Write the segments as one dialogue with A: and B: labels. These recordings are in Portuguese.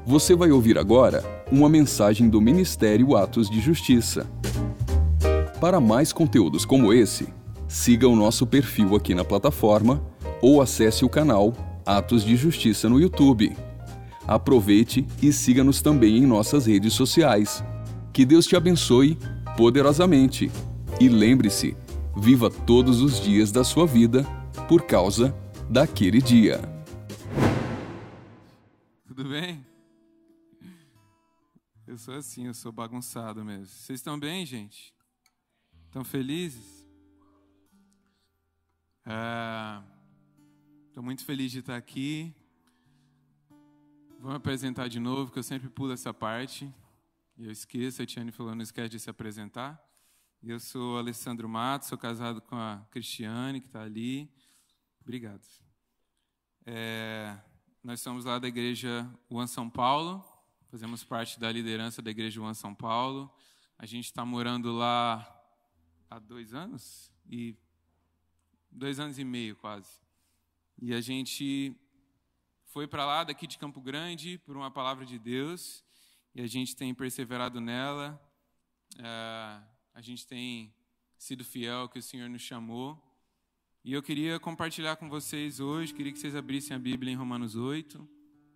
A: Você vai ouvir agora uma mensagem do Ministério Atos de Justiça. Para mais conteúdos como esse, siga o nosso perfil aqui na plataforma ou acesse o canal Atos de Justiça no YouTube. Aproveite e siga-nos também em nossas redes sociais. Que Deus te abençoe poderosamente. E lembre-se, viva todos os dias da sua vida por causa daquele dia.
B: Tudo bem? Eu sou assim, eu sou bagunçado mesmo. Vocês estão bem, gente? Estão felizes? Estou muito feliz de estar aqui. Vou me apresentar de novo, que eu sempre pulo essa parte. E eu esqueço, a Tiane falou, não esquece de se apresentar. Eu sou Alessandro Matos, sou casado com a Cristiane, que está ali. Obrigado. Nós somos lá da igreja One São Paulo, fazemos parte da liderança da igreja One São Paulo. A gente está morando lá há 2 anos? 2 anos e meio, quase. E a gente foi para lá, daqui de Campo Grande, por uma palavra de Deus, e a gente tem perseverado nela. A gente tem sido fiel ao que o Senhor nos chamou. E eu queria compartilhar com vocês hoje, queria que vocês abrissem a Bíblia em Romanos 8.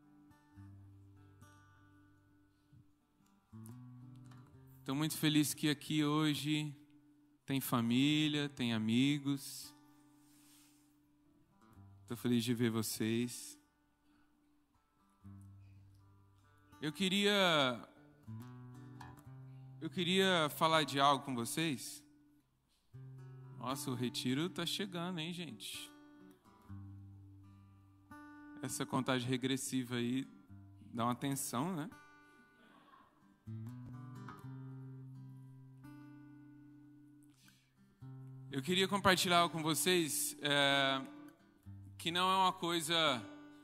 B: Estou muito feliz que aqui hoje tem família, tem amigos. Estou feliz de ver vocês. Eu queria falar de algo com vocês. Nossa, o retiro está chegando, hein, gente? Essa contagem regressiva aí dá uma tensão, né? Eu queria compartilhar algo com vocês que não é uma coisa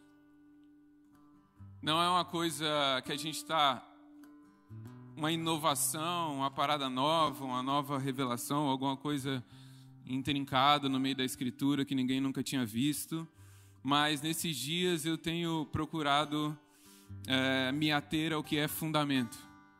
B: que a gente está... uma inovação, uma parada nova, uma nova revelação, alguma coisa intrincada no meio da Escritura que ninguém nunca tinha visto. Mas nesses dias eu tenho procurado me ater ao que é fundamento.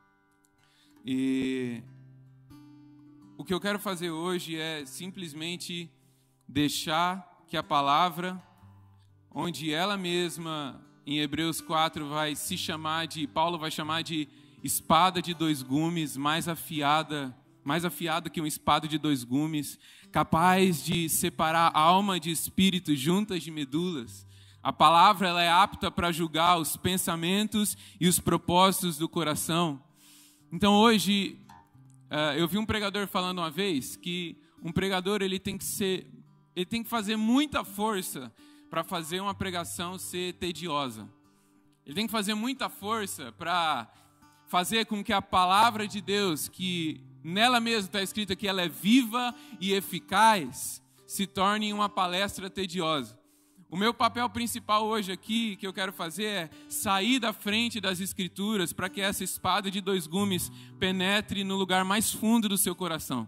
B: E o que eu quero fazer hoje é simplesmente deixar que a palavra, onde ela mesma, em Hebreus 4, Paulo vai chamar de espada de 2 gumes, mais afiada que uma espada de 2 gumes, capaz de separar alma de espírito, juntas de medulas. A palavra ela é apta para julgar os pensamentos e os propósitos do coração. Então hoje, eu vi um pregador falando uma vez que um pregador ele tem que fazer muita força para fazer uma pregação ser tediosa. Ele tem que fazer muita força para fazer com que a palavra de Deus, que nela mesma está escrito que ela é viva e eficaz, se torne uma palestra tediosa. O meu papel principal hoje aqui, que eu quero fazer, é sair da frente das Escrituras para que essa espada de 2 gumes penetre no lugar mais fundo do seu coração.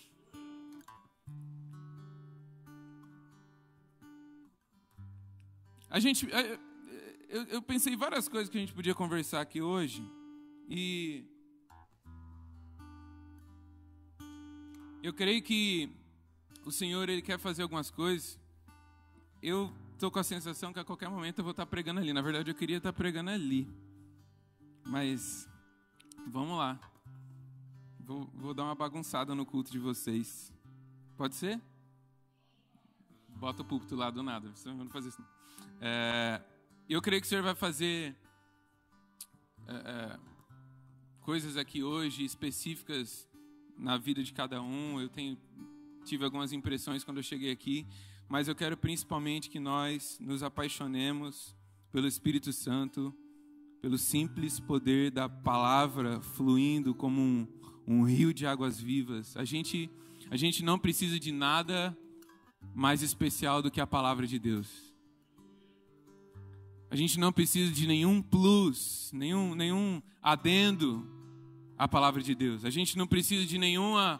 B: Eu pensei em várias coisas que a gente podia conversar aqui hoje. E eu creio que o Senhor ele quer fazer algumas coisas. Eu estou com a sensação que a qualquer momento eu vou estar pregando ali. Na verdade, eu queria estar pregando ali. Mas vamos lá. Vou dar uma bagunçada no culto de vocês. Pode ser? Bota o púlpito lá do nada. Você não vai fazer isso. Eu creio que o Senhor vai fazer coisas aqui hoje específicas na vida de cada um. Eu tive algumas impressões quando eu cheguei aqui, mas eu quero principalmente que nós nos apaixonemos pelo Espírito Santo, pelo simples poder da palavra fluindo como um rio de águas vivas. A gente não precisa de nada mais especial do que a palavra de Deus. A gente não precisa de nenhum plus, nenhum adendo à palavra de Deus. A gente não precisa de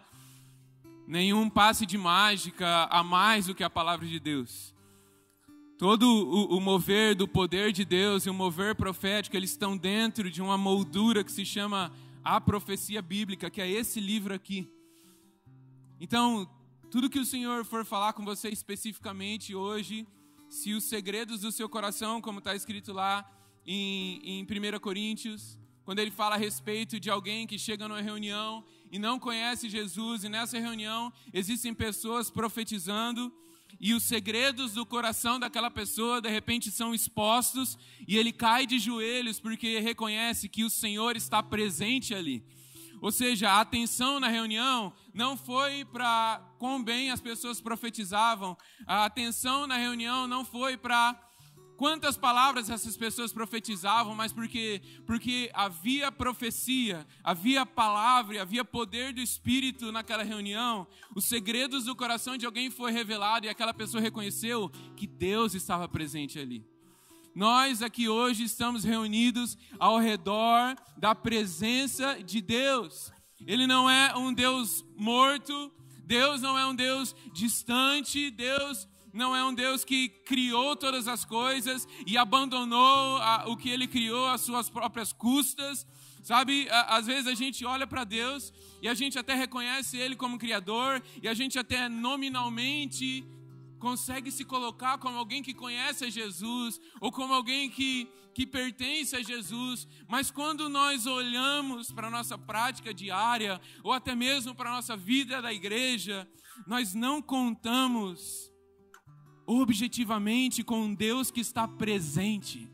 B: nenhum passe de mágica a mais do que a palavra de Deus. Todo o mover do poder de Deus e o mover profético, eles estão dentro de uma moldura que se chama a profecia bíblica, que é esse livro aqui. Então, tudo que o Senhor for falar com você especificamente hoje, se os segredos do seu coração, como está escrito lá em 1 Coríntios, quando ele fala a respeito de alguém que chega numa reunião e não conhece Jesus, e nessa reunião existem pessoas profetizando, e os segredos do coração daquela pessoa de repente são expostos, e ele cai de joelhos porque reconhece que o Senhor está presente ali. Ou seja, a atenção na reunião não foi para quão bem as pessoas profetizavam, a atenção na reunião não foi para quantas palavras essas pessoas profetizavam, mas porque havia profecia, havia palavra, havia poder do Espírito naquela reunião. Os segredos do coração de alguém foi revelado e aquela pessoa reconheceu que Deus estava presente ali. Nós aqui hoje estamos reunidos ao redor da presença de Deus. Ele não é um Deus morto, Deus não é um Deus distante, Deus não é um Deus que criou todas as coisas e abandonou o que Ele criou às suas próprias custas. Sabe, às vezes a gente olha para Deus e a gente até reconhece Ele como Criador e a gente até nominalmente consegue se colocar como alguém que conhece a Jesus ou como alguém que pertence a Jesus, mas quando nós olhamos para a nossa prática diária ou até mesmo para a nossa vida da igreja, nós não contamos objetivamente com um Deus que está presente.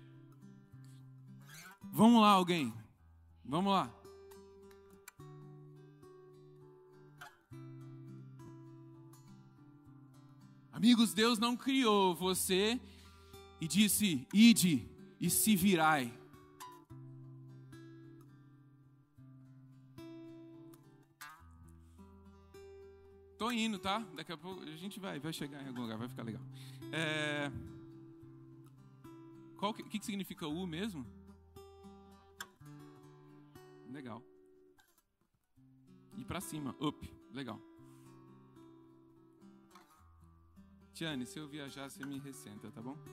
B: Vamos lá, alguém. Vamos lá. Amigos, Deus não criou você e disse, ide e se virai. Tô indo, tá? Daqui a pouco a gente vai chegar em algum lugar, vai ficar legal. O que significa U mesmo? Legal. E pra cima, up, legal. Tiane, se eu viajar, você me ressenta, tá bom?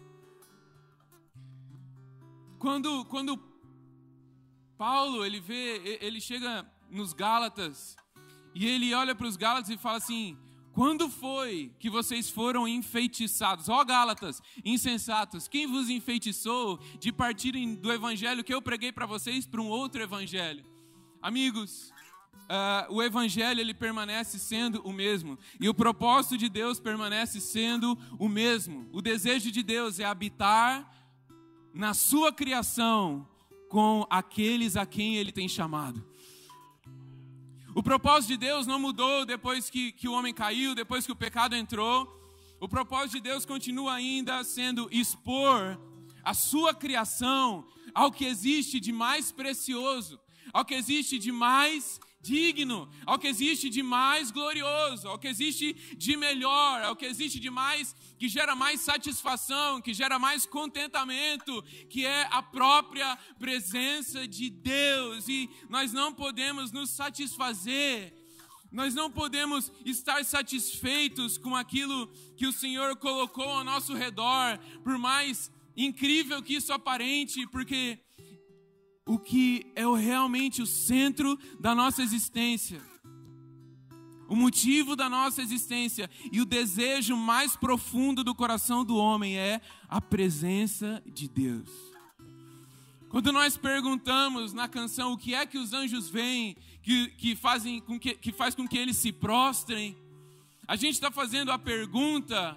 B: Quando Paulo, ele chega nos Gálatas, e ele olha para os Gálatas e fala assim, quando foi que vocês foram enfeitiçados? Ó Gálatas, insensatos, quem vos enfeitiçou de partirem do evangelho que eu preguei para vocês para um outro evangelho? Amigos, o evangelho ele permanece sendo o mesmo, e o propósito de Deus permanece sendo o mesmo. O desejo de Deus é habitar na sua criação com aqueles a quem Ele tem chamado. O propósito de Deus não mudou depois que o homem caiu, depois que o pecado entrou. O propósito de Deus continua ainda sendo expor a sua criação ao que existe de mais precioso, ao que existe de mais digno, ao que existe de mais glorioso, ao que existe de melhor, ao que existe de mais, que gera mais satisfação, que gera mais contentamento, que é a própria presença de Deus. E nós não podemos nos satisfazer, nós não podemos estar satisfeitos com aquilo que o Senhor colocou ao nosso redor, por mais incrível que isso aparente, porque o que é realmente o centro da nossa existência, o motivo da nossa existência e o desejo mais profundo do coração do homem é a presença de Deus. Quando nós perguntamos na canção o que é que os anjos veem, que faz com que eles se prostrem, a gente está fazendo a pergunta.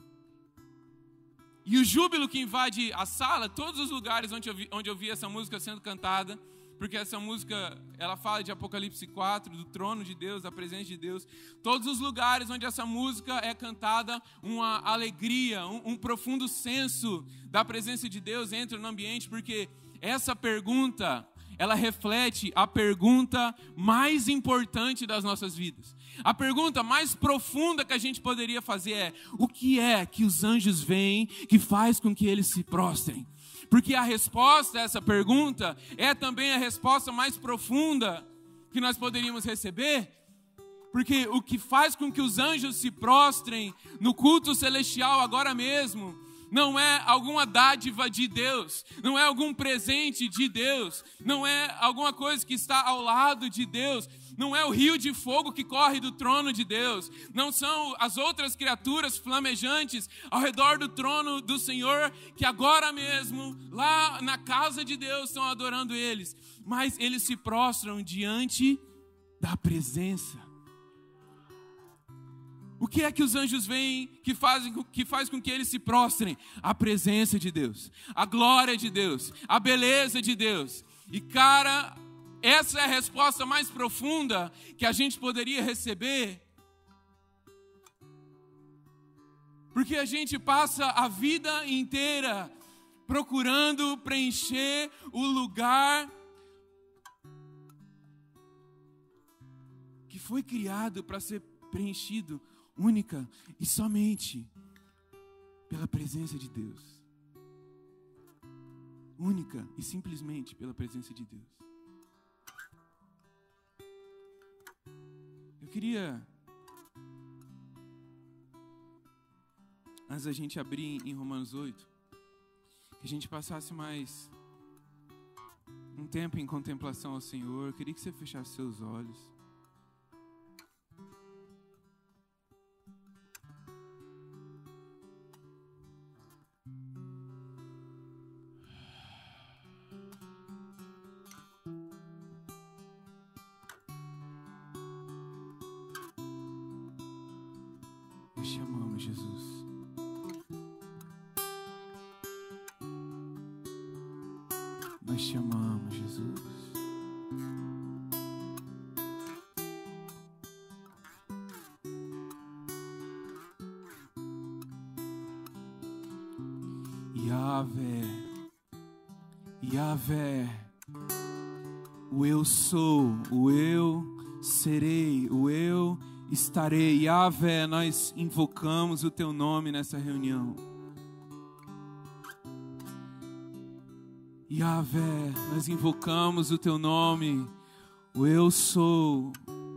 B: E o júbilo que invade a sala, todos os lugares onde eu vi essa música sendo cantada, porque essa música, ela fala de Apocalipse 4, do trono de Deus, da presença de Deus. Todos os lugares onde essa música é cantada, uma alegria, um profundo senso da presença de Deus entra no ambiente, porque essa pergunta, ela reflete a pergunta mais importante das nossas vidas. A pergunta mais profunda que a gente poderia fazer é: o que é que os anjos veem que faz com que eles se prostrem? Porque a resposta a essa pergunta é também a resposta mais profunda que nós poderíamos receber. Porque o que faz com que os anjos se prostrem no culto celestial agora mesmo não é alguma dádiva de Deus, não é algum presente de Deus, não é alguma coisa que está ao lado de Deus, não é o rio de fogo que corre do trono de Deus, não são as outras criaturas flamejantes ao redor do trono do Senhor, que agora mesmo, lá na casa de Deus, estão adorando eles, mas eles se prostram diante da presença. O que é que os anjos veem que faz com que eles se prostrem? A presença de Deus, a glória de Deus, a beleza de Deus. E cara, essa é a resposta mais profunda que a gente poderia receber. Porque a gente passa a vida inteira procurando preencher o lugar que foi criado para ser preenchido única e somente pela presença de Deus. Única e simplesmente pela presença de Deus. Eu queria, antes da gente abrir em Romanos 8, que a gente passasse mais um tempo em contemplação ao Senhor. Eu queria que você fechasse seus olhos. Nós te amamos, Jesus. Nós te amamos, Jesus. Yahvé, Yahvé, o eu sou, o eu serei, o eu estarei. Yahvé, nós invocamos o teu nome nessa reunião. Yahvé, nós invocamos o teu nome, o eu sou,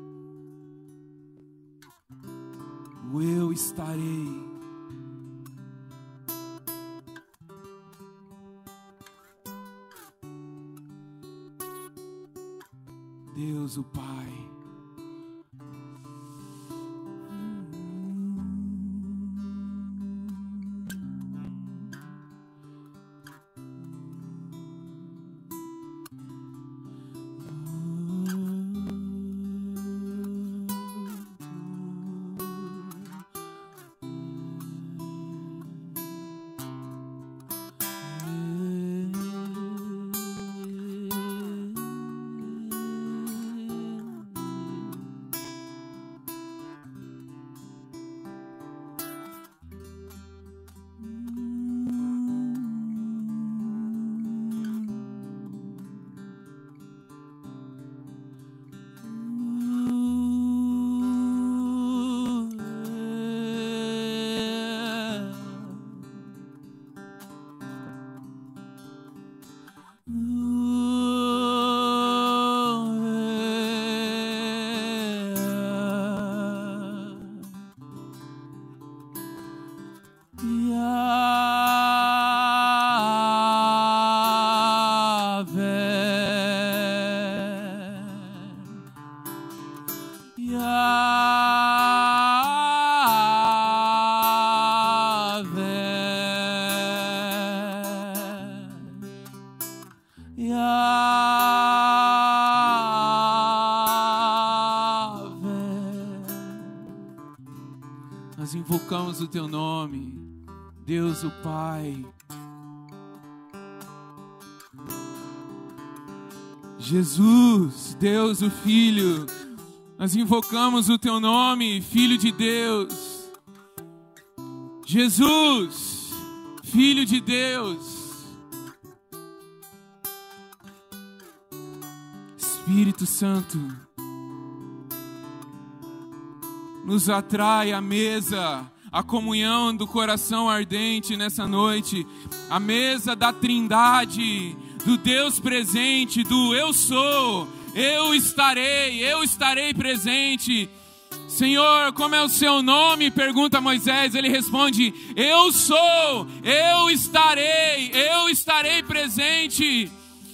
B: o eu estarei. Deus o Pai. Nós invocamos o teu nome, Deus o Pai. Jesus, Deus o Filho. Nós invocamos o teu nome, Filho de Deus. Jesus, Filho de Deus. Espírito Santo, nos atrai à mesa, a comunhão do coração ardente nessa noite, a mesa da Trindade, do Deus presente, do eu sou, eu estarei presente. Senhor, como é o seu nome? Pergunta Moisés. Ele responde: eu sou, eu estarei presente.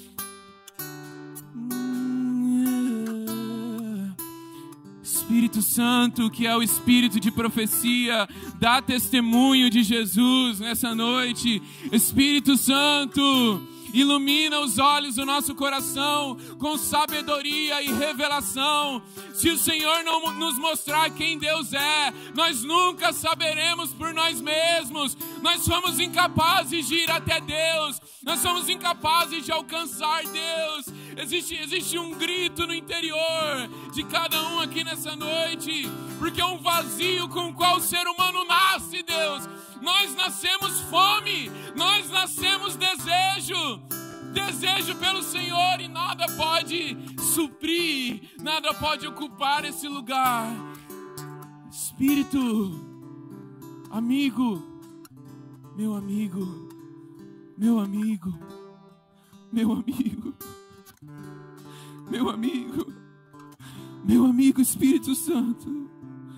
B: Espírito Santo, que é o Espírito de profecia, dá testemunho de Jesus nessa noite. Espírito Santo, ilumina os olhos do nosso coração com sabedoria e revelação. Se o Senhor não nos mostrar quem Deus é, nós nunca saberemos por nós mesmos. Nós somos incapazes de ir até Deus. Nós somos incapazes de alcançar Deus. Existe um grito no interior de cada um aqui nessa noite, porque é um vazio com o qual o ser humano nasce, Deus. Nós nascemos fome, nós nascemos desejo pelo Senhor, e nada pode suprir, nada pode ocupar esse lugar. Espírito, amigo, meu amigo, meu amigo, meu amigo, meu amigo, meu amigo Espírito Santo,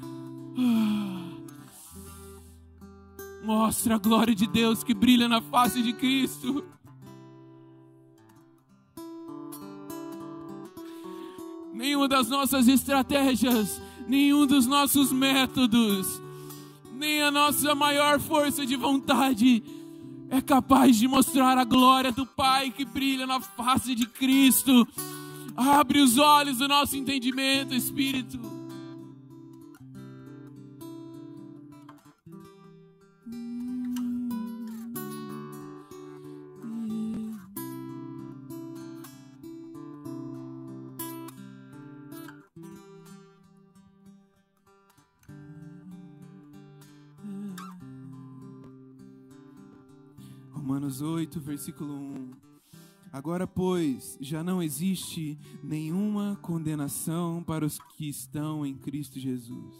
B: mostra a glória de Deus que brilha na face de Cristo. Nenhuma das nossas estratégias, nenhum dos nossos métodos, nem a nossa maior força de vontade é capaz de mostrar a glória do Pai que brilha na face de Cristo. Abre os olhos do nosso entendimento, Espírito. Romanos 8, versículo 1. Agora, pois, já não existe nenhuma condenação para os que estão em Cristo Jesus.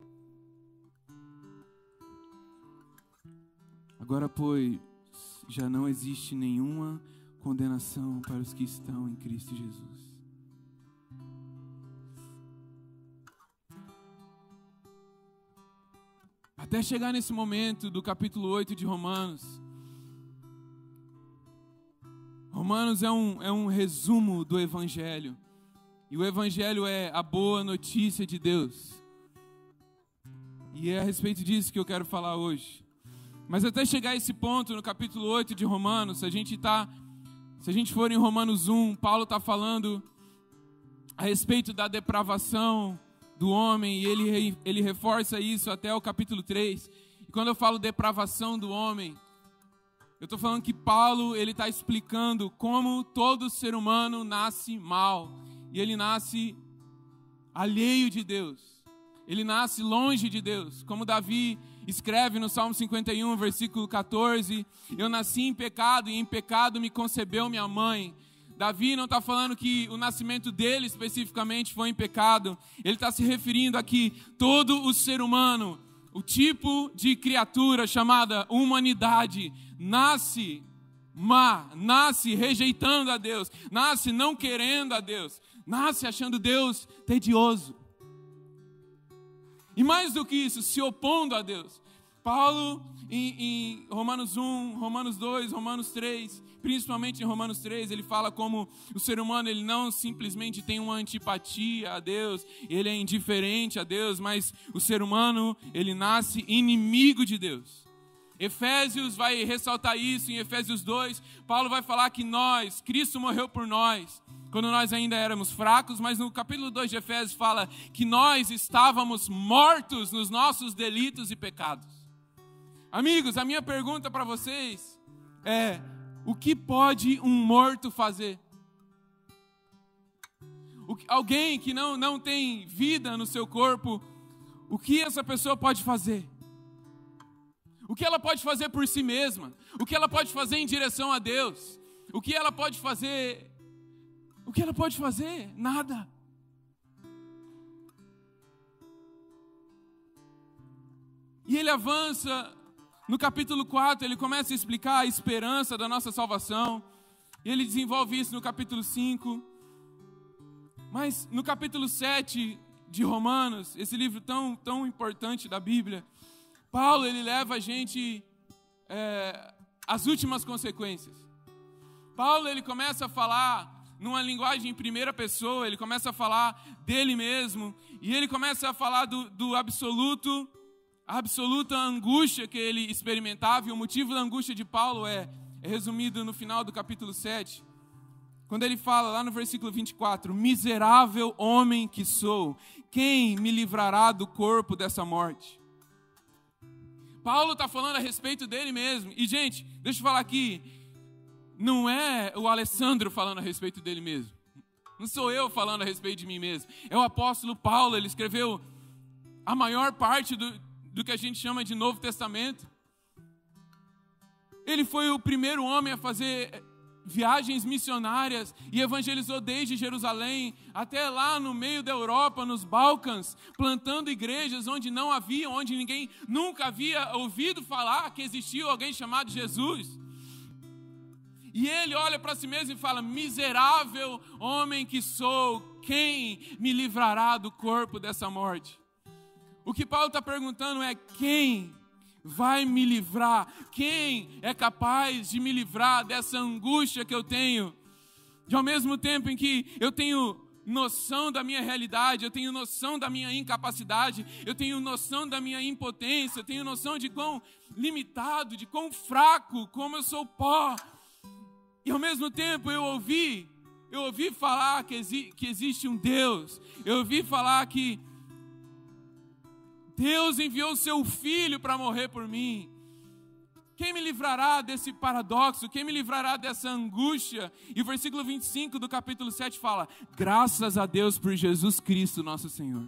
B: Agora, pois, já não existe nenhuma condenação para os que estão em Cristo Jesus. Até chegar nesse momento do capítulo 8 de Romanos, Romanos é um resumo do Evangelho. E o Evangelho é a boa notícia de Deus. E é a respeito disso que eu quero falar hoje. Mas até chegar a esse ponto, no capítulo 8 de Romanos, se a gente for em Romanos 1, Paulo está falando a respeito da depravação do homem, e ele reforça isso até o capítulo 3. E quando eu falo depravação do homem, eu estou falando que Paulo ele está explicando como todo ser humano nasce mal. E ele nasce alheio de Deus. Ele nasce longe de Deus. Como Davi escreve no Salmo 51, versículo 14. Eu nasci em pecado e em pecado me concebeu minha mãe. Davi não está falando que o nascimento dele especificamente foi em pecado. Ele está se referindo a que todo o ser humano, o tipo de criatura chamada humanidade, nasce má, nasce rejeitando a Deus, nasce não querendo a Deus, nasce achando Deus tedioso. E mais do que isso, se opondo a Deus. Paulo, em Romanos 1, Romanos 2, Romanos 3, principalmente em Romanos 3, ele fala como o ser humano ele não simplesmente tem uma antipatia a Deus, ele é indiferente a Deus, mas o ser humano ele nasce inimigo de Deus. Efésios vai ressaltar isso em Efésios 2, Paulo vai falar que Cristo morreu por nós, quando nós ainda éramos fracos, mas no capítulo 2 de Efésios fala que nós estávamos mortos nos nossos delitos e pecados. Amigos, a minha pergunta para vocês é: o que pode um morto fazer? Alguém que não tem vida no seu corpo, o que essa pessoa pode fazer? O que ela pode fazer por si mesma? O que ela pode fazer em direção a Deus? O que ela pode fazer? O que ela pode fazer? Nada. E ele avança no capítulo 4, ele começa a explicar a esperança da nossa salvação. E ele desenvolve isso no capítulo 5. Mas no capítulo 7, de Romanos, esse livro tão importante da Bíblia, Paulo, ele leva a gente às últimas consequências. Paulo, ele começa a falar numa linguagem em primeira pessoa, ele começa a falar dele mesmo, e ele começa a falar do absoluta angústia que ele experimentava, e o motivo da angústia de Paulo é resumido no final do capítulo 7, quando ele fala lá no versículo 24, miserável homem que sou, quem me livrará do corpo dessa morte? Paulo está falando a respeito dele mesmo, e gente, deixa eu falar aqui, não é o Alessandro falando a respeito dele mesmo, não sou eu falando a respeito de mim mesmo, é o apóstolo Paulo. Ele escreveu a maior parte do que a gente chama de Novo Testamento. Ele foi o primeiro homem a fazer viagens missionárias e evangelizou desde Jerusalém até lá no meio da Europa, nos Balcãs, plantando igrejas onde não havia, onde ninguém nunca havia ouvido falar que existia alguém chamado Jesus. E ele olha para si mesmo e fala, miserável homem que sou, quem me livrará do corpo dessa morte? O que Paulo está perguntando é, quem vai me livrar? Quem é capaz de me livrar dessa angústia que eu tenho? De ao mesmo tempo em que eu tenho noção da minha realidade, eu tenho noção da minha incapacidade, eu tenho noção da minha impotência, eu tenho noção de quão limitado, de quão fraco, como eu sou pó. E ao mesmo tempo eu ouvi falar que existe um Deus, eu ouvi falar que Deus enviou o seu Filho para morrer por mim. Quem me livrará desse paradoxo? Quem me livrará dessa angústia? E o versículo 25 do capítulo 7 fala, graças a Deus por Jesus Cristo, nosso Senhor.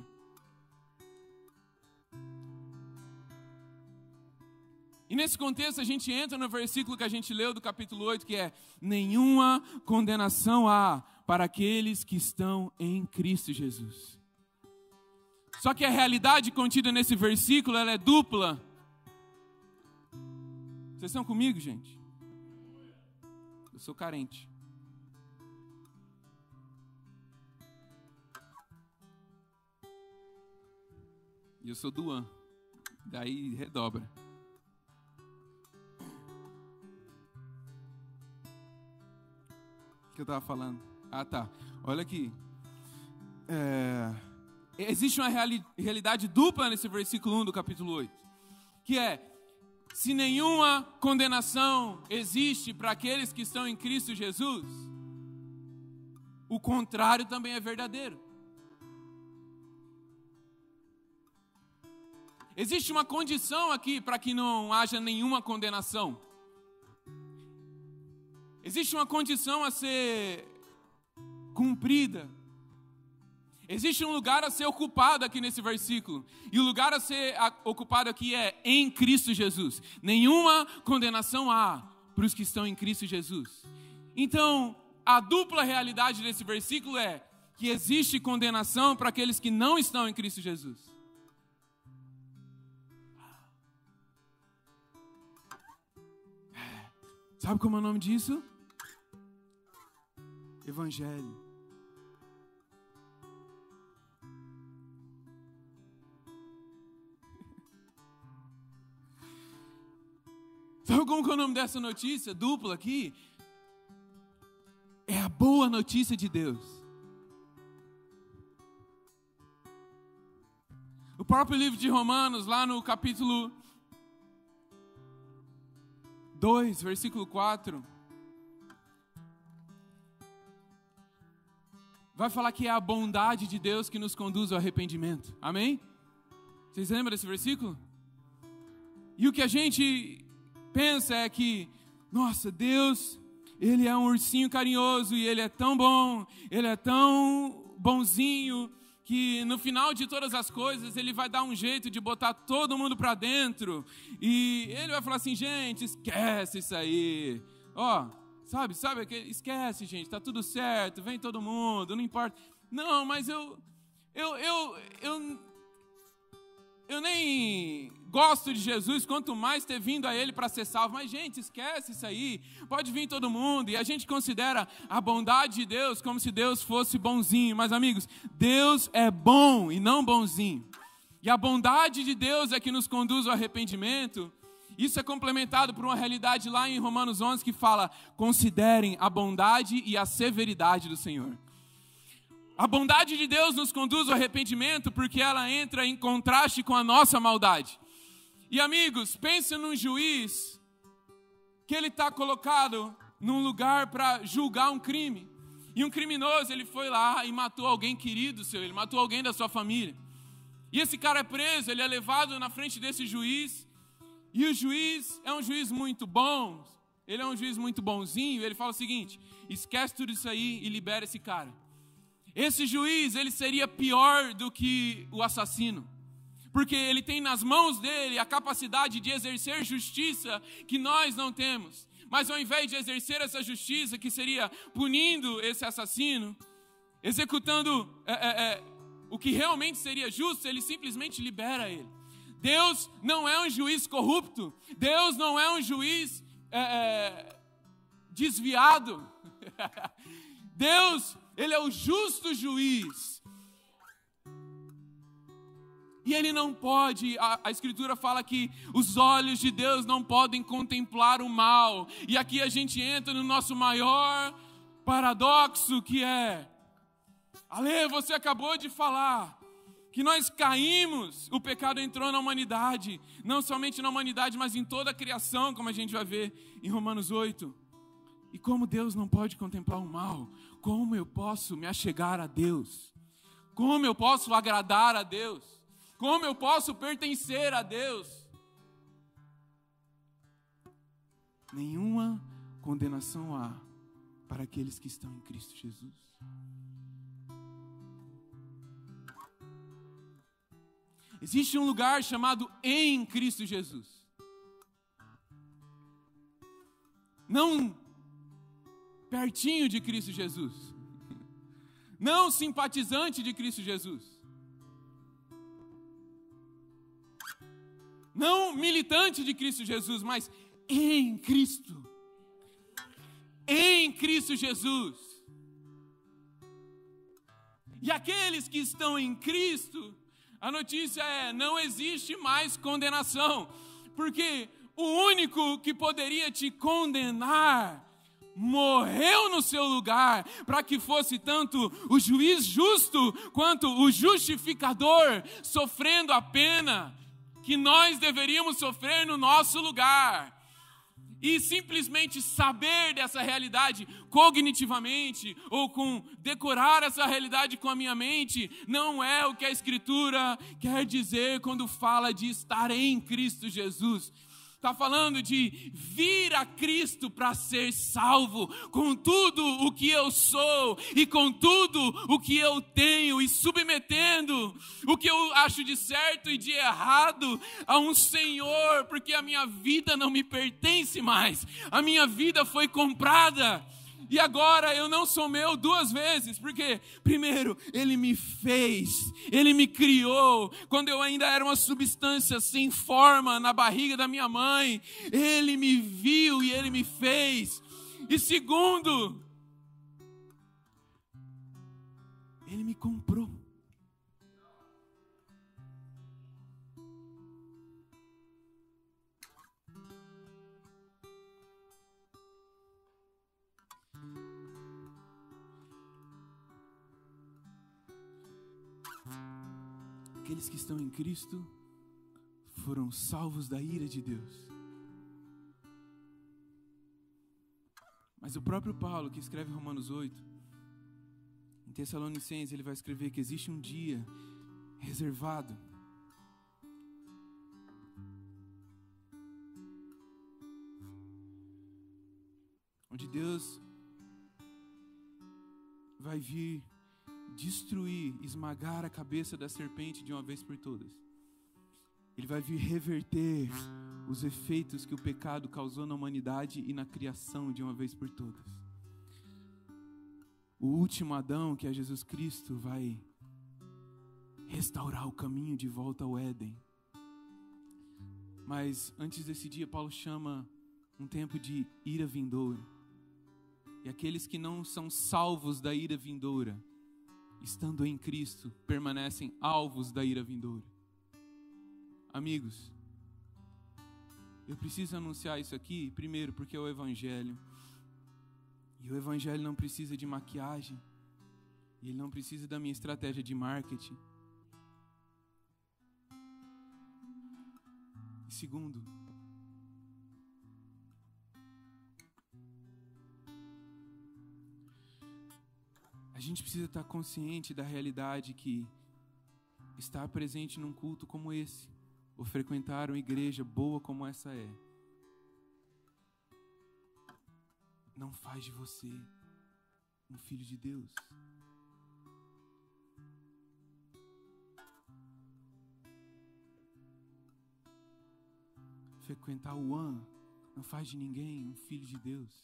B: E nesse contexto a gente entra no versículo que a gente leu do capítulo 8, que é, nenhuma condenação há para aqueles que estão em Cristo Jesus. Só que a realidade contida nesse versículo, ela é dupla. Vocês estão comigo, gente? Eu sou carente. E eu sou Duan. Daí redobra. O que eu estava falando? Ah, tá. Olha aqui. Existe uma realidade dupla nesse versículo 1 do capítulo 8. Que é, se nenhuma condenação existe para aqueles que estão em Cristo Jesus, o contrário também é verdadeiro. Existe uma condição aqui para que não haja nenhuma condenação. Existe uma condição a ser cumprida. Existe um lugar a ser ocupado aqui nesse versículo. E o lugar a ser ocupado aqui é em Cristo Jesus. Nenhuma condenação há para os que estão em Cristo Jesus. Então, a dupla realidade desse versículo é que existe condenação para aqueles que não estão em Cristo Jesus. Sabe como é o nome disso? Evangelho. Sabe como que é o nome dessa notícia dupla aqui? É a boa notícia de Deus. O próprio livro de Romanos, lá no capítulo 2, versículo 4, vai falar que é a bondade de Deus que nos conduz ao arrependimento. Amém? Vocês lembram desse versículo? E o que a gente pensa é que, nossa, Deus, Ele é um ursinho carinhoso e Ele é tão bom, Ele é tão bonzinho, que no final de todas as coisas Ele vai dar um jeito de botar todo mundo para dentro. E Ele vai falar assim, gente, esquece isso aí. Sabe, esquece, gente, tá tudo certo, vem todo mundo, não importa. Não, mas eu nem gosto de Jesus, quanto mais ter vindo a Ele para ser salvo. Mas, gente, esquece isso aí. Pode vir todo mundo. E a gente considera a bondade de Deus como se Deus fosse bonzinho. Mas, amigos, Deus é bom e não bonzinho. E a bondade de Deus é que nos conduz ao arrependimento. Isso é complementado por uma realidade lá em Romanos 11 que fala: considerem a bondade e a severidade do Senhor. A bondade de Deus nos conduz ao arrependimento porque ela entra em contraste com a nossa maldade. E amigos, pense num juiz que ele está colocado num lugar para julgar um crime. E um criminoso, ele foi lá e matou alguém querido seu, ele matou alguém da sua família. E esse cara é preso, ele é levado na frente desse juiz. E o juiz é um juiz muito bom, ele é um juiz muito bonzinho. Ele fala o seguinte: esquece tudo isso aí e libera esse cara. Esse juiz, ele seria pior do que o assassino, porque ele tem nas mãos dele a capacidade de exercer justiça que nós não temos. Mas ao invés de exercer essa justiça, que seria punindo esse assassino, executando o que realmente seria justo, ele simplesmente libera ele. Deus não é um juiz corrupto, Deus não é um juiz desviado. Deus, Ele é o justo juiz. E Ele não pode, a Escritura fala que os olhos de Deus não podem contemplar o mal. E aqui a gente entra no nosso maior paradoxo, que é: Ale, você acabou de falar que nós caímos, o pecado entrou na humanidade, não somente na humanidade, mas em toda a criação, como a gente vai ver em Romanos 8. E como Deus não pode contemplar o mal, como eu posso me achegar a Deus? Como eu posso agradar a Deus? Como eu posso pertencer a Deus? Nenhuma condenação há para aqueles que estão em Cristo Jesus. Existe um lugar chamado em Cristo Jesus. Não pertinho de Cristo Jesus. Não simpatizante de Cristo Jesus. Não militante de Cristo Jesus, mas em Cristo. Em Cristo Jesus. E aqueles que estão em Cristo, a notícia é: não existe mais condenação. Porque o único que poderia te condenar morreu no seu lugar, para que fosse tanto o juiz justo quanto o justificador sofrendo a pena que nós deveríamos sofrer no nosso lugar. E simplesmente saber dessa realidade cognitivamente, ou com decorar essa realidade com a minha mente, não é o que a Escritura quer dizer quando fala de estar em Cristo Jesus. Está falando de vir a Cristo para ser salvo, com tudo o que eu sou e com tudo o que eu tenho, e submetendo o que eu acho de certo e de errado a um Senhor, porque a minha vida não me pertence mais, a minha vida foi comprada. E agora eu não sou meu duas vezes, porque primeiro Ele me fez, Ele me criou, quando eu ainda era uma substância sem forma na barriga da minha mãe, Ele me viu e Ele me fez. E segundo, Ele me comprou. Aqueles que estão em Cristo foram salvos da ira de Deus. Mas o próprio Paulo, que escreve Romanos 8, em Tessalonicenses, ele vai escrever que existe um dia reservado onde Deus vai vir destruir, esmagar a cabeça da serpente de uma vez por todas. Ele vai vir reverter os efeitos que o pecado causou na humanidade e na criação de uma vez por todas. O último Adão, que é Jesus Cristo, vai restaurar o caminho de volta ao Éden. Mas antes desse dia, Paulo chama um tempo de ira vindoura. E aqueles que não são salvos da ira vindoura, estando em Cristo, permanecem alvos da ira vindoura. Amigos, eu preciso anunciar isso aqui, primeiro porque é o Evangelho. E o Evangelho não precisa de maquiagem. E ele não precisa da minha estratégia de marketing. E segundo, a gente precisa estar consciente da realidade que estar presente num culto como esse, ou frequentar uma igreja boa como essa não faz de você um filho de Deus. Frequentar o One não faz de ninguém um filho de Deus.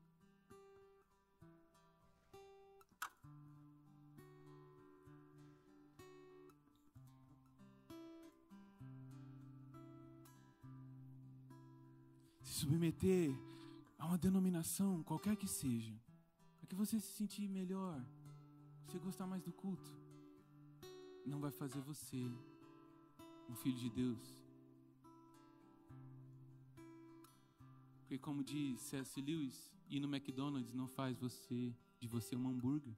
B: Se submeter a uma denominação, qualquer que seja, para que você se sentir melhor, você gostar mais do culto, não vai fazer você um filho de Deus. Porque como diz C.S. Lewis, ir no McDonald's não faz de você um hambúrguer.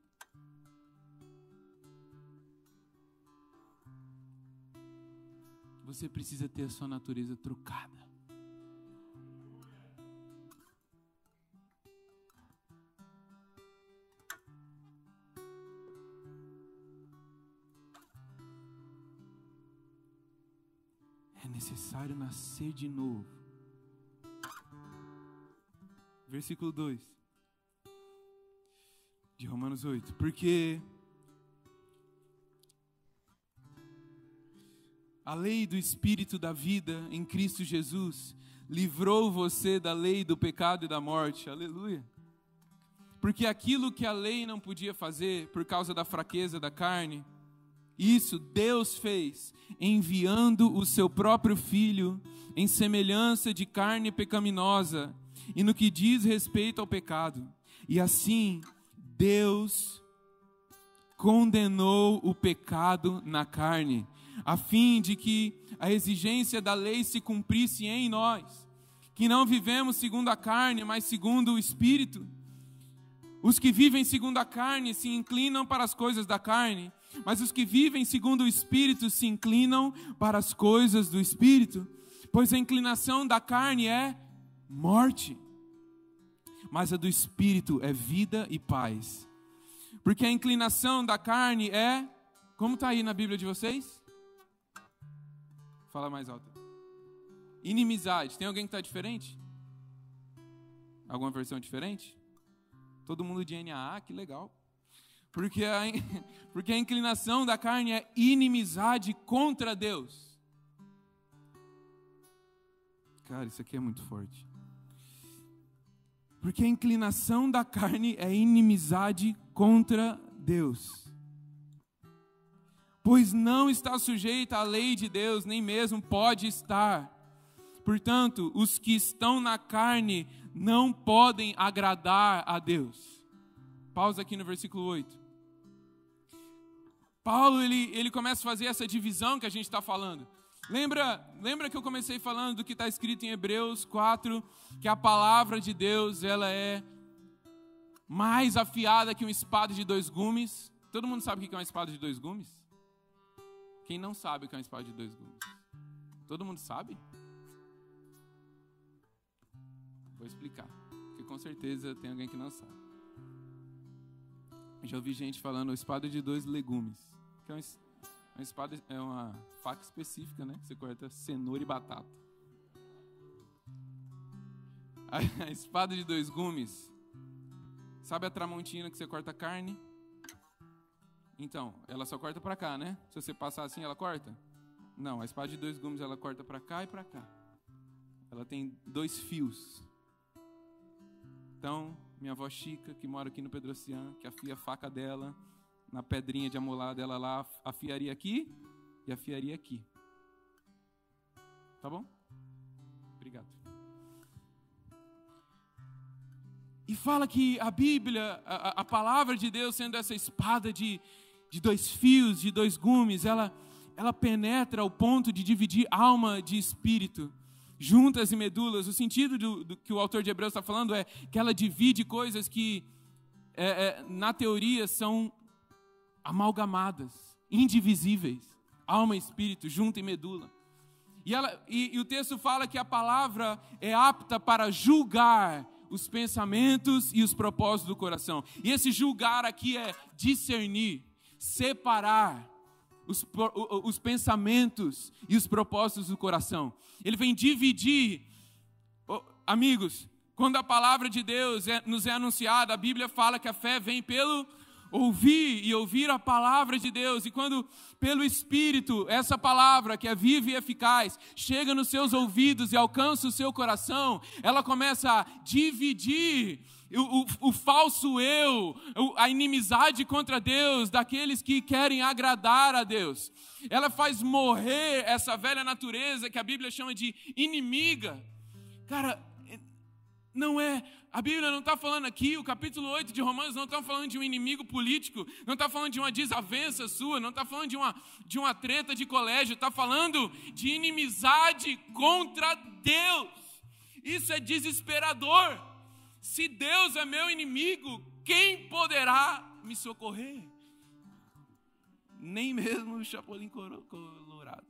B: Você precisa ter a sua natureza trocada. É necessário nascer de novo. Versículo 2 de Romanos 8. Porque a lei do Espírito da vida em Cristo Jesus livrou você da lei do pecado e da morte. Aleluia. Porque aquilo que a lei não podia fazer por causa da fraqueza da carne, isso Deus fez, enviando o seu próprio Filho em semelhança de carne pecaminosa, e no que diz respeito ao pecado. E assim, Deus condenou o pecado na carne, a fim de que a exigência da lei se cumprisse em nós, que não vivemos segundo a carne, mas segundo o Espírito. Os que vivem segundo a carne se inclinam para as coisas da carne, mas os que vivem segundo o Espírito se inclinam para as coisas do Espírito. Pois a inclinação da carne é morte, mas a do Espírito é vida e paz. Porque a inclinação da carne é, como está aí na Bíblia de vocês? Fala mais alto. Inimizade. Tem alguém que está diferente? Alguma versão diferente? Todo mundo de NAA, que legal. Porque a inclinação da carne é inimizade contra Deus. Cara, isso aqui é muito forte. Porque a inclinação da carne é inimizade contra Deus. Pois não está sujeita à lei de Deus, nem mesmo pode estar. Portanto, os que estão na carne não podem agradar a Deus. Pausa aqui no versículo 8. Paulo, ele começa a fazer essa divisão que a gente está falando. Lembra que eu comecei falando do que está escrito em Hebreus 4, que a palavra de Deus, ela é mais afiada que uma espada de 2 gumes. Todo mundo sabe o que é uma espada de 2 gumes? Quem não sabe o que é uma espada de 2 gumes? Todo mundo sabe? Vou explicar, porque com certeza tem alguém que não sabe. Já ouvi gente falando espada de 2 legumes, que é uma espada, é uma faca específica, né? Você corta cenoura e batata. A espada de 2 gumes, sabe a tramontina que você corta carne? Então, ela só corta pra cá, né? Se você passar assim, ela corta? Não, a espada de 2 gumes, ela corta pra cá e pra cá. Ela tem 2 fios. Então, minha avó Chica, que mora aqui no Pedro Oceano, que afia a faca dela na pedrinha de amolar dela lá, afiaria aqui e afiaria aqui. Tá bom? Obrigado. E fala que a Bíblia, a palavra de Deus, sendo essa espada de 2 fios, de 2 gumes, ela penetra ao ponto de dividir alma de espírito, juntas e medulas. O sentido do que o autor de Hebreus está falando é que ela divide coisas que, na teoria, são amalgamadas, indivisíveis, alma e espírito, junta e medula. E o texto fala que a palavra é apta para julgar os pensamentos e os propósitos do coração. E esse julgar aqui é discernir, separar os pensamentos e os propósitos do coração. Ele vem dividir. Amigos, quando a palavra de Deus nos é anunciada, a Bíblia fala que a fé vem pelo ouvir e ouvir a palavra de Deus. E quando pelo Espírito, essa palavra que é viva e eficaz, chega nos seus ouvidos e alcança o seu coração, ela começa a dividir o falso eu, a inimizade contra Deus, daqueles que querem agradar a Deus. Ela faz morrer essa velha natureza que a Bíblia chama de inimiga. Cara, não é... A Bíblia não está falando aqui, o capítulo 8 de Romanos não está falando de um inimigo político, não está falando de uma desavença sua, não está falando de uma treta de colégio, está falando de inimizade contra Deus. Isso é desesperador. Se Deus é meu inimigo, quem poderá me socorrer? Nem mesmo o Chapolin Colorado.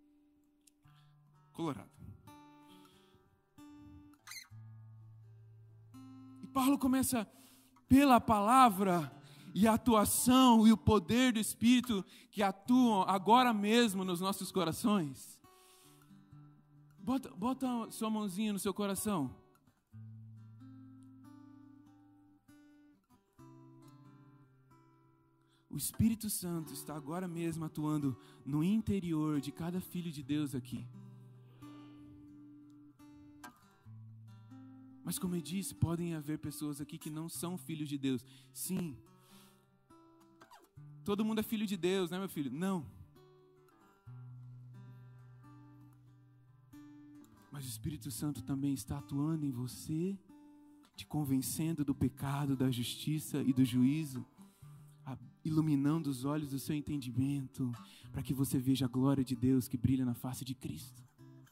B: Paulo começa pela palavra e a atuação e o poder do Espírito que atuam agora mesmo nos nossos corações. Bota sua mãozinha no seu coração. O Espírito Santo está agora mesmo atuando no interior de cada filho de Deus aqui. Mas como eu disse, podem haver pessoas aqui que não são filhos de Deus. Sim. Todo mundo é filho de Deus, né, meu filho? Não. Mas o Espírito Santo também está atuando em você, te convencendo do pecado, da justiça e do juízo, iluminando os olhos do seu entendimento, para que você veja a glória de Deus que brilha na face de Cristo.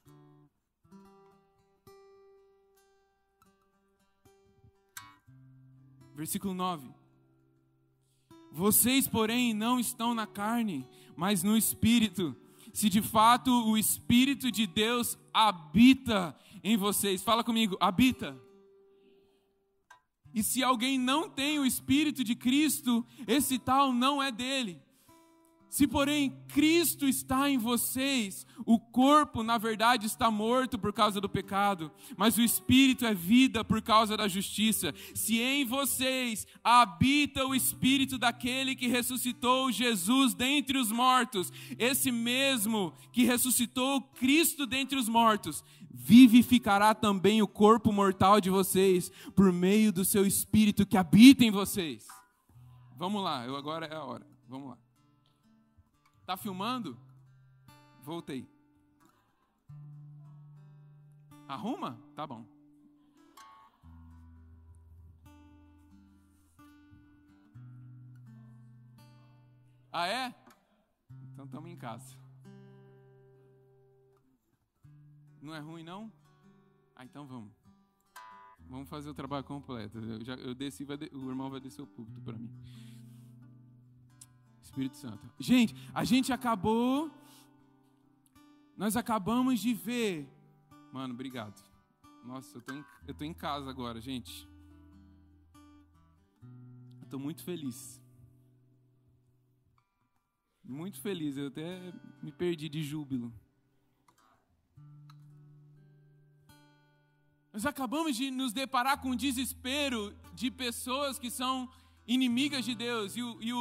B: Versículo 9. Vocês, porém, não estão na carne, mas no Espírito, se de fato o Espírito de Deus habita em vocês. Fala comigo, habita. E se alguém não tem o Espírito de Cristo, esse tal não é dele. Se, porém, Cristo está em vocês, o corpo, na verdade, está morto por causa do pecado, mas o Espírito é vida por causa da justiça. Se em vocês habita o Espírito daquele que ressuscitou Jesus dentre os mortos, esse mesmo que ressuscitou Cristo dentre os mortos, vivificará também o corpo mortal de vocês, por meio do seu Espírito que habita em vocês. Vamos lá, agora é a hora, vamos lá. Tá filmando? Voltei. Arruma? Tá bom. Ah, é? Então estamos em casa. Não é ruim, não? Ah, então vamos. Vamos fazer o trabalho completo. Eu desci, o irmão vai descer o púlpito para mim. Espírito Santo. Gente, nós acabamos de ver. Mano, obrigado. Nossa, eu tô em casa agora, gente. Eu tô muito feliz. Muito feliz, eu até me perdi de júbilo. Nós acabamos de nos deparar com o desespero de pessoas que são inimigas de Deus.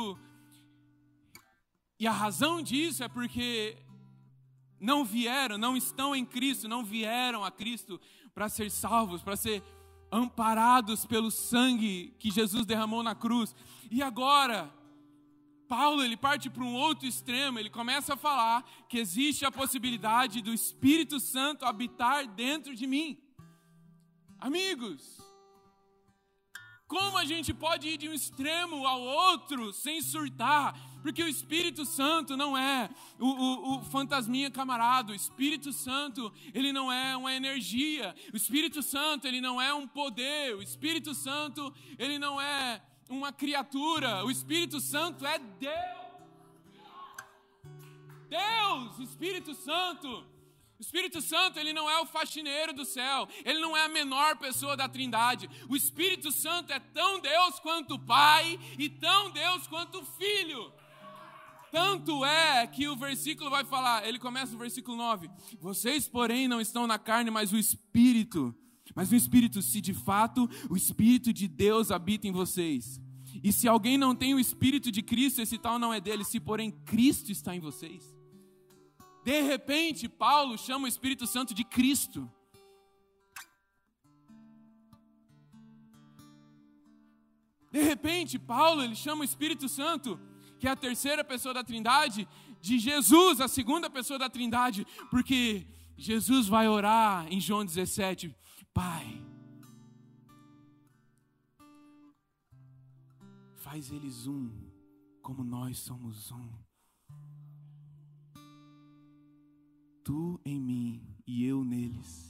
B: E a razão disso é porque não estão em Cristo, não vieram a Cristo para ser salvos, para ser amparados pelo sangue que Jesus derramou na cruz. E agora, Paulo, ele parte para um outro extremo, ele começa a falar que existe a possibilidade do Espírito Santo habitar dentro de mim. Amigos, como a gente pode ir de um extremo ao outro sem surtar? Porque o Espírito Santo não é o fantasminha camarada. O Espírito Santo, ele não é uma energia. O Espírito Santo, ele não é um poder. O Espírito Santo, ele não é uma criatura. O Espírito Santo é Deus. Deus, Espírito Santo. O Espírito Santo, ele não é o faxineiro do céu, ele não é a menor pessoa da Trindade. O Espírito Santo é tão Deus quanto o Pai e tão Deus quanto o Filho. Tanto é que o versículo vai falar, ele começa no versículo 9: vocês, porém, não estão na carne, mas o Espírito. Mas o Espírito, se de fato o Espírito de Deus habita em vocês. E se alguém não tem o Espírito de Cristo, esse tal não é dele. Se, porém, Cristo está em vocês. De repente, Paulo chama o Espírito Santo de Cristo. De repente, Paulo, ele chama o Espírito Santo, que é a terceira pessoa da Trindade, de Jesus, a segunda pessoa da Trindade. Porque Jesus vai orar em João 17, Pai, faz eles um, como nós somos um. Tu em mim e eu neles.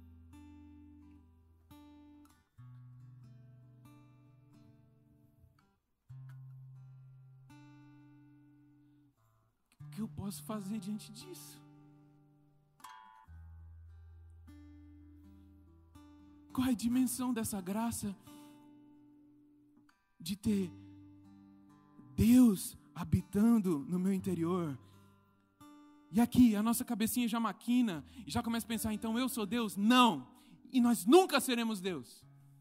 B: O que eu posso fazer diante disso? Qual é a dimensão dessa graça de ter Deus habitando no meu interior? E aqui, a nossa cabecinha já maquina e já começa a pensar, então eu sou Deus? Não! E nós nunca seremos Deus.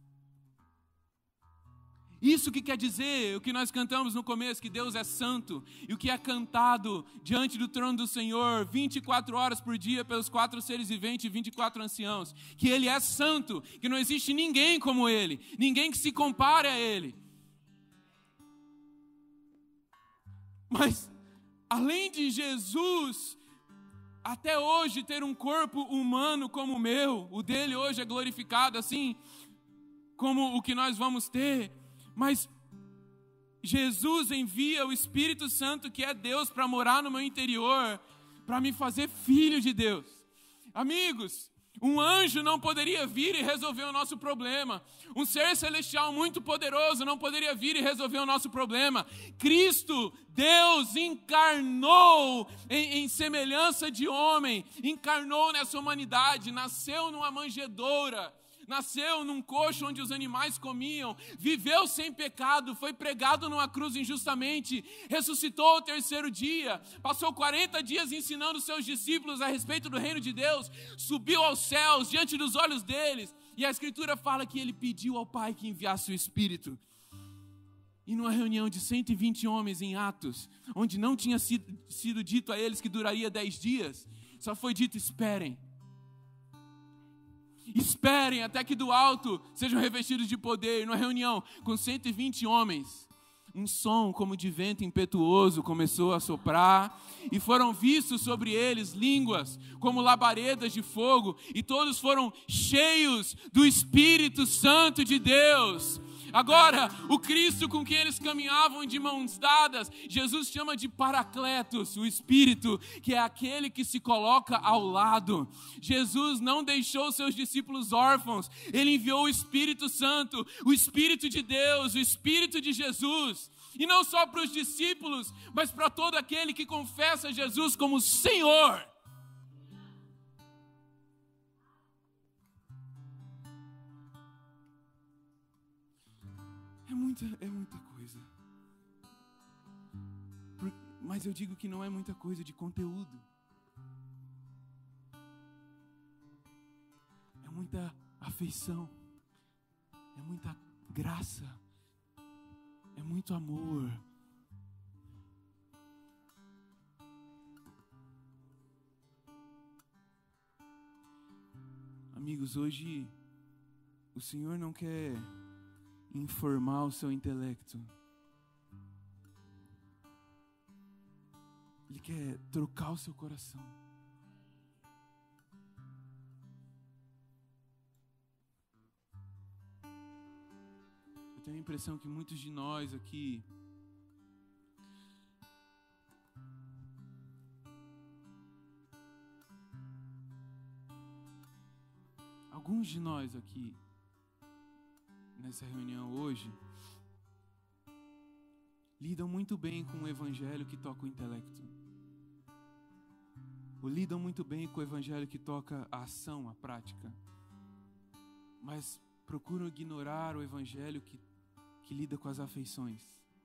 B: Isso que quer dizer, o que nós cantamos no começo, que Deus é santo, e o que é cantado diante do trono do Senhor, 24 horas por dia, pelos 4 seres viventes e 24 anciãos, que Ele é santo, que não existe ninguém como Ele, ninguém que se compare a Ele. Mas, além de Jesus, até hoje ter um corpo humano como o meu, o dele hoje é glorificado assim como o que nós vamos ter, mas Jesus envia o Espírito Santo, que é Deus, para morar no meu interior, para me fazer filho de Deus. Amigos, um anjo não poderia vir e resolver o nosso problema. Um ser celestial muito poderoso não poderia vir e resolver o nosso problema. Cristo, Deus, encarnou em semelhança de homem, encarnou nessa humanidade, nasceu numa manjedoura, nasceu num coxo onde os animais comiam, viveu sem pecado, foi pregado numa cruz injustamente, ressuscitou ao 3º dia, passou 40 dias ensinando seus discípulos a respeito do reino de Deus, subiu aos céus diante dos olhos deles, e a Escritura fala que ele pediu ao Pai que enviasse o Espírito. E numa reunião de 120 homens em Atos, onde não tinha sido dito a eles que duraria 10 dias, só foi dito: esperem. Esperem até que do alto sejam revestidos de poder. Numa reunião com 120 homens, um som como de vento impetuoso começou a soprar, e foram vistos sobre eles línguas como labaredas de fogo, e todos foram cheios do Espírito Santo de Deus. Agora, o Cristo com quem eles caminhavam de mãos dadas, Jesus chama de Paracletos, o Espírito, que é aquele que se coloca ao lado. Jesus não deixou seus discípulos órfãos, Ele enviou o Espírito Santo, o Espírito de Deus, o Espírito de Jesus. E não só para os discípulos, mas para todo aquele que confessa Jesus como Senhor. É muita coisa. Mas eu digo que não é muita coisa de conteúdo. É muita afeição. É muita graça. É muito amor. Amigos, hoje o Senhor não quer informar o seu intelecto. Ele quer trocar o seu coração. Eu tenho a impressão que muitos de nós aqui alguns de nós aqui nessa reunião hoje lidam muito bem com o evangelho que toca o intelecto. Ou lidam muito bem com o evangelho que toca a ação, a prática. Mas procuram ignorar o evangelho que lida com as afeições.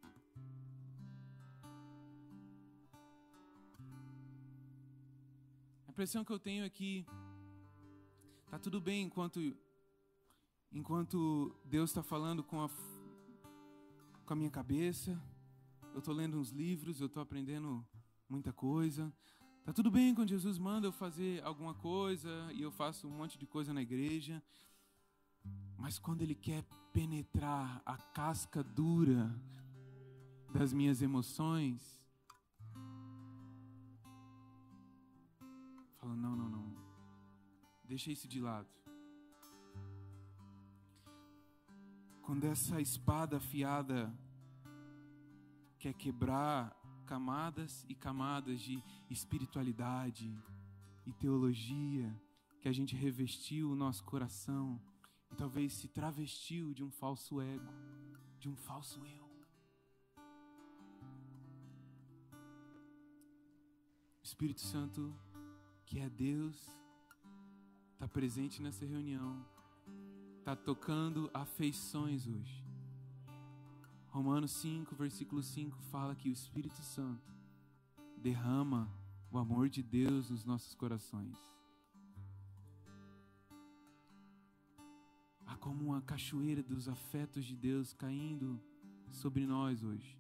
B: A impressão que eu tenho é que tá tudo bem enquanto Deus está falando com a minha cabeça. Eu estou lendo uns livros, eu estou aprendendo muita coisa. Tá tudo bem quando Jesus manda eu fazer alguma coisa e eu faço um monte de coisa na igreja. Mas quando Ele quer penetrar a casca dura das minhas emoções, falo, não. Deixa isso de lado. Quando essa espada afiada quer quebrar camadas e camadas de espiritualidade e teologia que a gente revestiu o nosso coração e talvez se travestiu de um falso ego, de um falso eu. O Espírito Santo, que é Deus, está presente nessa reunião, está tocando afeições hoje. Romanos 5, versículo 5 fala que o Espírito Santo derrama o amor de Deus nos nossos corações. Há como uma cachoeira dos afetos de Deus caindo sobre nós hoje.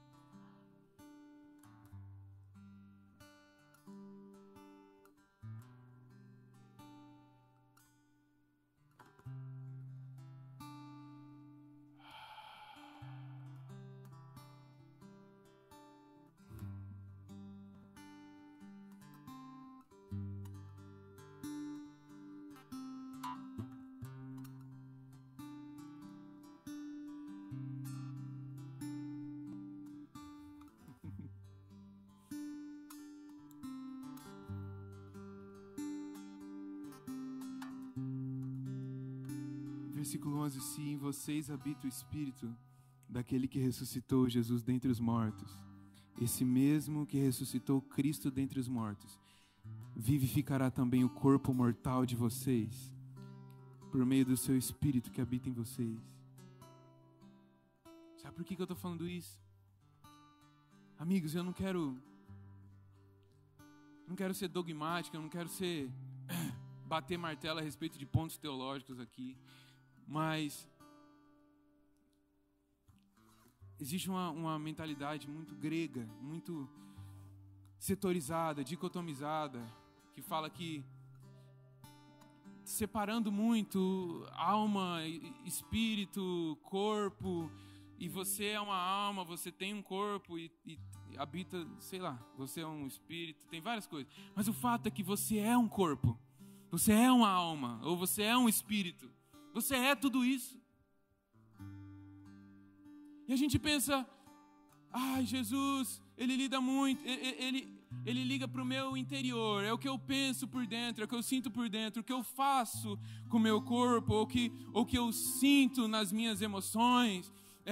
B: Versículo 11, se em vocês habita o Espírito daquele que ressuscitou Jesus dentre os mortos, esse mesmo que ressuscitou Cristo dentre os mortos, vivificará também o corpo mortal de vocês, por meio do seu Espírito que habita em vocês. Sabe por que eu estou falando isso? Amigos, eu não quero ser dogmático, eu não quero bater martelo a respeito de pontos teológicos aqui. Mas existe uma mentalidade muito grega, muito setorizada, dicotomizada, que fala que separando muito alma, espírito, corpo, e você é uma alma, você tem um corpo e habita, sei lá, você é um espírito, tem várias coisas. Mas o fato é que você é um corpo, você é uma alma, ou você é um espírito. Você é tudo isso. E a gente pensa, Jesus, Ele lida muito, Ele liga para o meu interior, é o que eu penso por dentro, é o que eu sinto por dentro, o que eu faço com o meu corpo, ou o que eu sinto nas minhas emoções.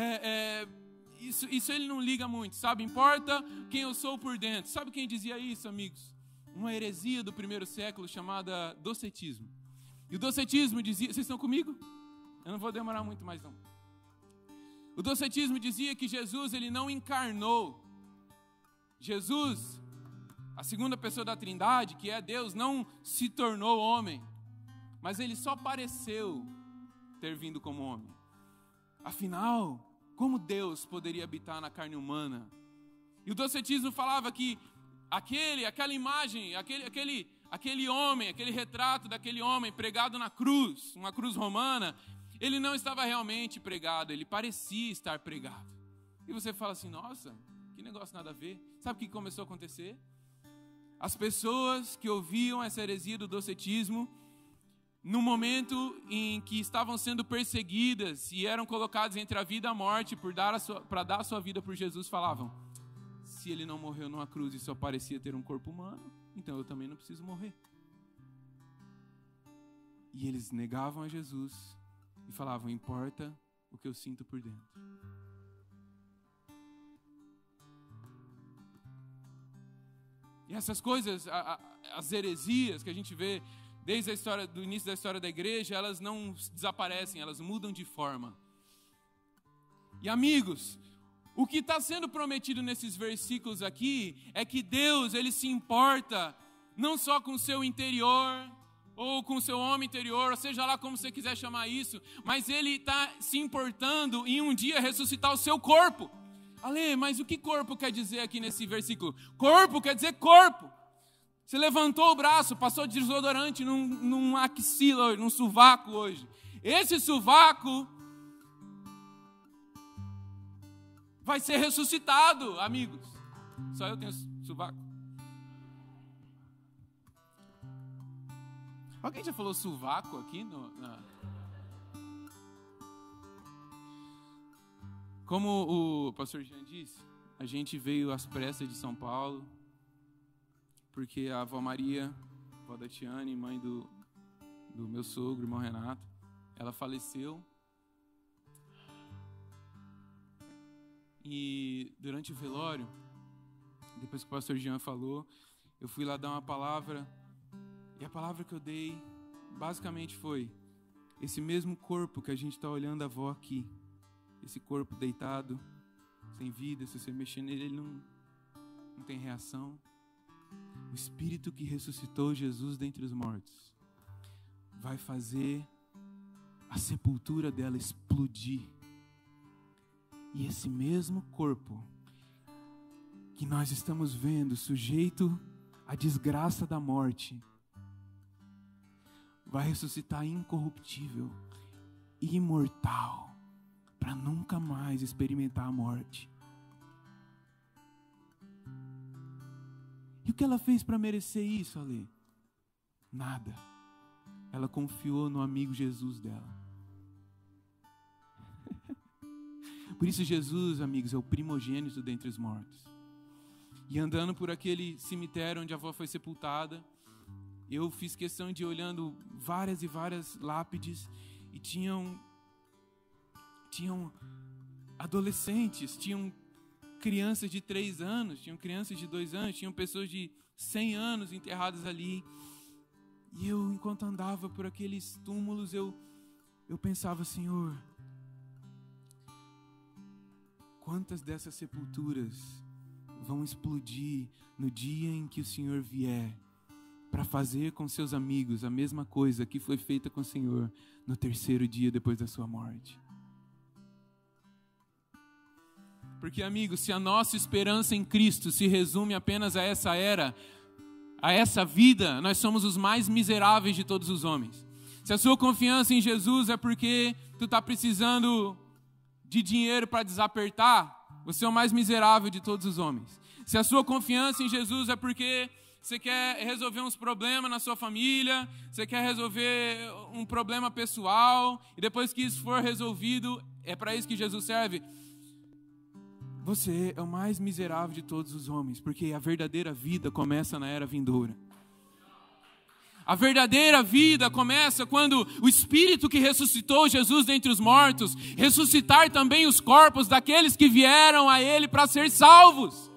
B: Isso Ele não liga muito, sabe? Importa quem eu sou por dentro. Sabe quem dizia isso, amigos? Uma heresia do primeiro século chamada docetismo. E o docetismo dizia... Vocês estão comigo? Eu não vou demorar muito mais não. O docetismo dizia que Jesus, Ele não encarnou. Jesus, a segunda pessoa da Trindade, que é Deus, não se tornou homem. Mas Ele só pareceu ter vindo como homem. Afinal, como Deus poderia habitar na carne humana? E o docetismo falava que aquela imagem, aquele homem, aquele retrato daquele homem pregado na cruz, uma cruz romana, ele não estava realmente pregado, ele parecia estar pregado. E você fala assim, nossa, que negócio nada a ver. Sabe o que começou a acontecer? As pessoas que ouviam essa heresia do docetismo, no momento em que estavam sendo perseguidas e eram colocadas entre a vida e a morte para dar a sua vida por Jesus, falavam: se ele não morreu numa cruz e só parecia ter um corpo humano, então eu também não preciso morrer. E eles negavam a Jesus e falavam: importa o que eu sinto por dentro. E essas coisas, as heresias que a gente vê desde do início da história da igreja, elas não desaparecem, elas mudam de forma. E amigos, o que está sendo prometido nesses versículos aqui é que Deus, Ele se importa não só com o seu interior, ou com o seu homem interior, ou seja lá como você quiser chamar isso, mas Ele está se importando em um dia ressuscitar o seu corpo. Ale, mas o que corpo quer dizer aqui nesse versículo? Corpo quer dizer corpo. Você levantou o braço, passou desodorante num axila, num sovaco hoje. Esse sovaco vai ser ressuscitado, amigos. Só eu tenho sovaco. Alguém já falou sovaco aqui? Como o pastor Jean disse, a gente veio às pressas de São Paulo, porque a avó Maria, avó da Tiane, mãe do meu sogro, irmão Renato, ela faleceu. E durante o velório, depois que o pastor Jean falou, eu fui lá dar uma palavra, e a palavra que eu dei basicamente foi: esse mesmo corpo que a gente está olhando a avó aqui, esse corpo deitado, sem vida, se você mexer nele, ele não tem reação. O Espírito que ressuscitou Jesus dentre os mortos vai fazer a sepultura dela explodir. E esse mesmo corpo que nós estamos vendo sujeito à desgraça da morte vai ressuscitar incorruptível, imortal, para nunca mais experimentar a morte. E o que ela fez para merecer isso, Ale? Nada. Ela confiou no amigo Jesus dela. Por isso Jesus, amigos, é o primogênito dentre os mortos. E andando por aquele cemitério onde a avó foi sepultada, eu fiz questão de ir olhando várias e várias lápides, e tinham adolescentes, tinham crianças de 3 anos, tinham crianças de 2 anos, tinham pessoas de 100 anos enterradas ali. E eu, enquanto andava por aqueles túmulos, eu pensava: Senhor, quantas dessas sepulturas vão explodir no dia em que o Senhor vier para fazer com seus amigos a mesma coisa que foi feita com o Senhor no 3º dia depois da sua morte? Porque, amigos, se a nossa esperança em Cristo se resume apenas a essa era, a essa vida, nós somos os mais miseráveis de todos os homens. Se a sua confiança em Jesus é porque tu está precisando de dinheiro para desapertar, você é o mais miserável de todos os homens. Se a sua confiança em Jesus é porque você quer resolver uns problemas na sua família, você quer resolver um problema pessoal, e depois que isso for resolvido, é para isso que Jesus serve, você é o mais miserável de todos os homens, porque a verdadeira vida começa na era vindoura. A verdadeira vida começa quando o Espírito que ressuscitou Jesus dentre os mortos ressuscitar também os corpos daqueles que vieram a Ele para ser salvos.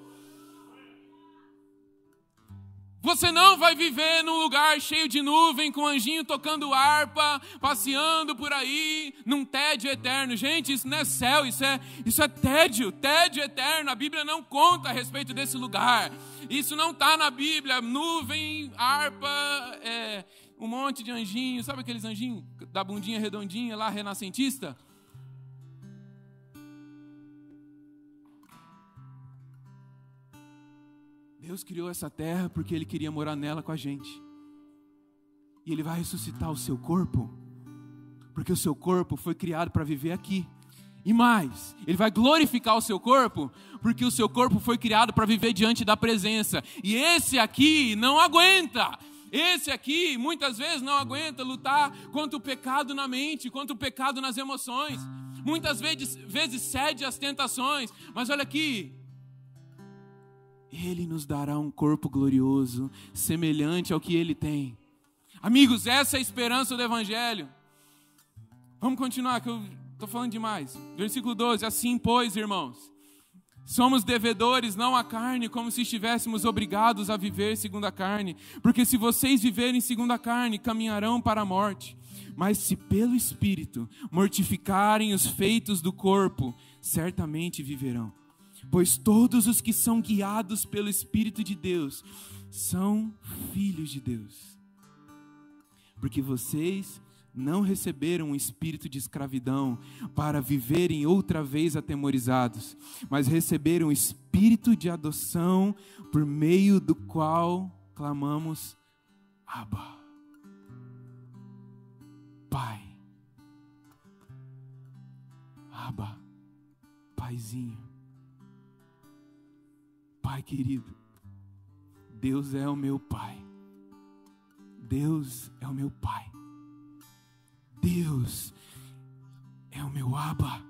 B: Você não vai viver num lugar cheio de nuvem, com anjinho tocando harpa, passeando por aí, num tédio eterno. Gente, isso não é céu, isso é tédio eterno. A Bíblia não conta a respeito desse lugar. Isso não está na Bíblia. Nuvem, harpa, um monte de anjinho. Sabe aqueles anjinhos da bundinha redondinha lá, renascentista? Deus criou essa terra porque Ele queria morar nela com a gente. E Ele vai ressuscitar o seu corpo, porque o seu corpo foi criado para viver aqui. E mais, ele vai glorificar o seu corpo, porque o seu corpo foi criado para viver diante da presença. E esse aqui não aguenta. Esse aqui, muitas vezes, não aguenta lutar contra o pecado na mente, contra o pecado nas emoções. Muitas vezes cede às tentações. Mas olha aqui, Ele nos dará um corpo glorioso, semelhante ao que Ele tem. Amigos, essa é a esperança do Evangelho. Vamos continuar, que eu estou falando demais. Versículo 12, assim, pois, irmãos, somos devedores não à carne, como se estivéssemos obrigados a viver segundo a carne. Porque se vocês viverem segundo a carne, caminharão para a morte. Mas se pelo Espírito mortificarem os feitos do corpo, certamente viverão. Pois todos os que são guiados pelo Espírito de Deus são filhos de Deus. Porque vocês não receberam um espírito de escravidão para viverem outra vez atemorizados, mas receberam um espírito de adoção por meio do qual clamamos Abba, Pai. Abba, Paizinho. Pai querido, Deus é o meu Pai. Deus é o meu Pai. Deus é o meu Abba.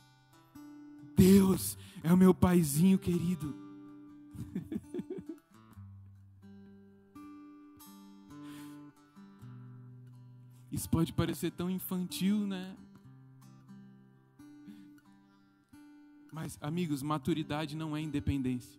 B: Deus é o meu paizinho querido. Isso pode parecer tão infantil, né? Mas, amigos, maturidade não é independência.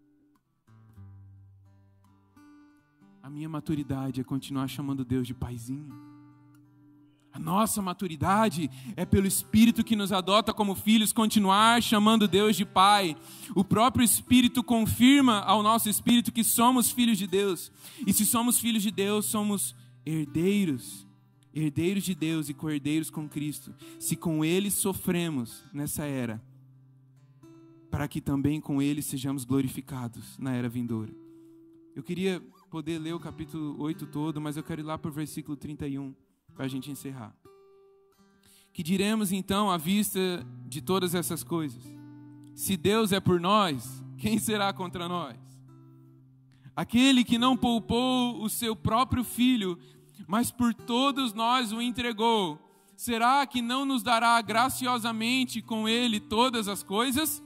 B: A minha maturidade é continuar chamando Deus de paizinho. A nossa maturidade é pelo Espírito que nos adota como filhos, continuar chamando Deus de Pai. O próprio Espírito confirma ao nosso espírito que somos filhos de Deus. E se somos filhos de Deus, somos herdeiros. Herdeiros de Deus e co-herdeiros com Cristo. Se com Ele sofremos nessa era, para que também com Ele sejamos glorificados na era vindoura. Eu queria poder ler o capítulo 8 todo, mas eu quero ir lá para o versículo 31. Para a gente encerrar. Que diremos então à vista de todas essas coisas? Se Deus é por nós, quem será contra nós? Aquele que não poupou o seu próprio filho, mas por todos nós o entregou, será que não nos dará graciosamente com ele todas as coisas?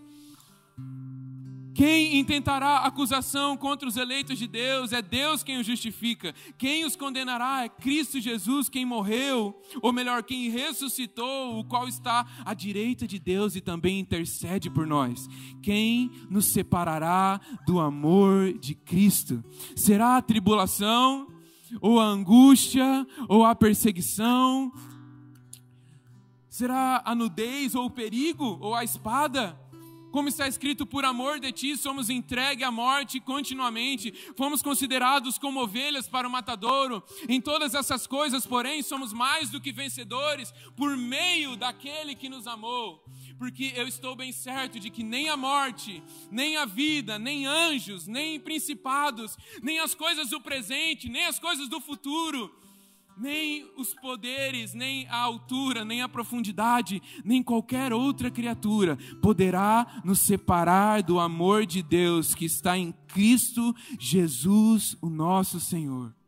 B: Quem intentará acusação contra os eleitos de Deus? É Deus quem os justifica. Quem os condenará? É Cristo Jesus quem morreu, ou melhor, quem ressuscitou, o qual está à direita de Deus e também intercede por nós. Quem nos separará do amor de Cristo? Será a tribulação, ou a angústia, ou a perseguição? Será a nudez, ou o perigo, ou a espada? Como está escrito, por amor de ti somos entregues à morte continuamente, fomos considerados como ovelhas para o matadouro. Em todas essas coisas, porém, somos mais do que vencedores por meio daquele que nos amou. Porque eu estou bem certo de que nem a morte, nem a vida, nem anjos, nem principados, nem as coisas do presente, nem as coisas do futuro, nem os poderes, nem a altura, nem a profundidade, nem qualquer outra criatura poderá nos separar do amor de Deus que está em Cristo Jesus, o nosso Senhor.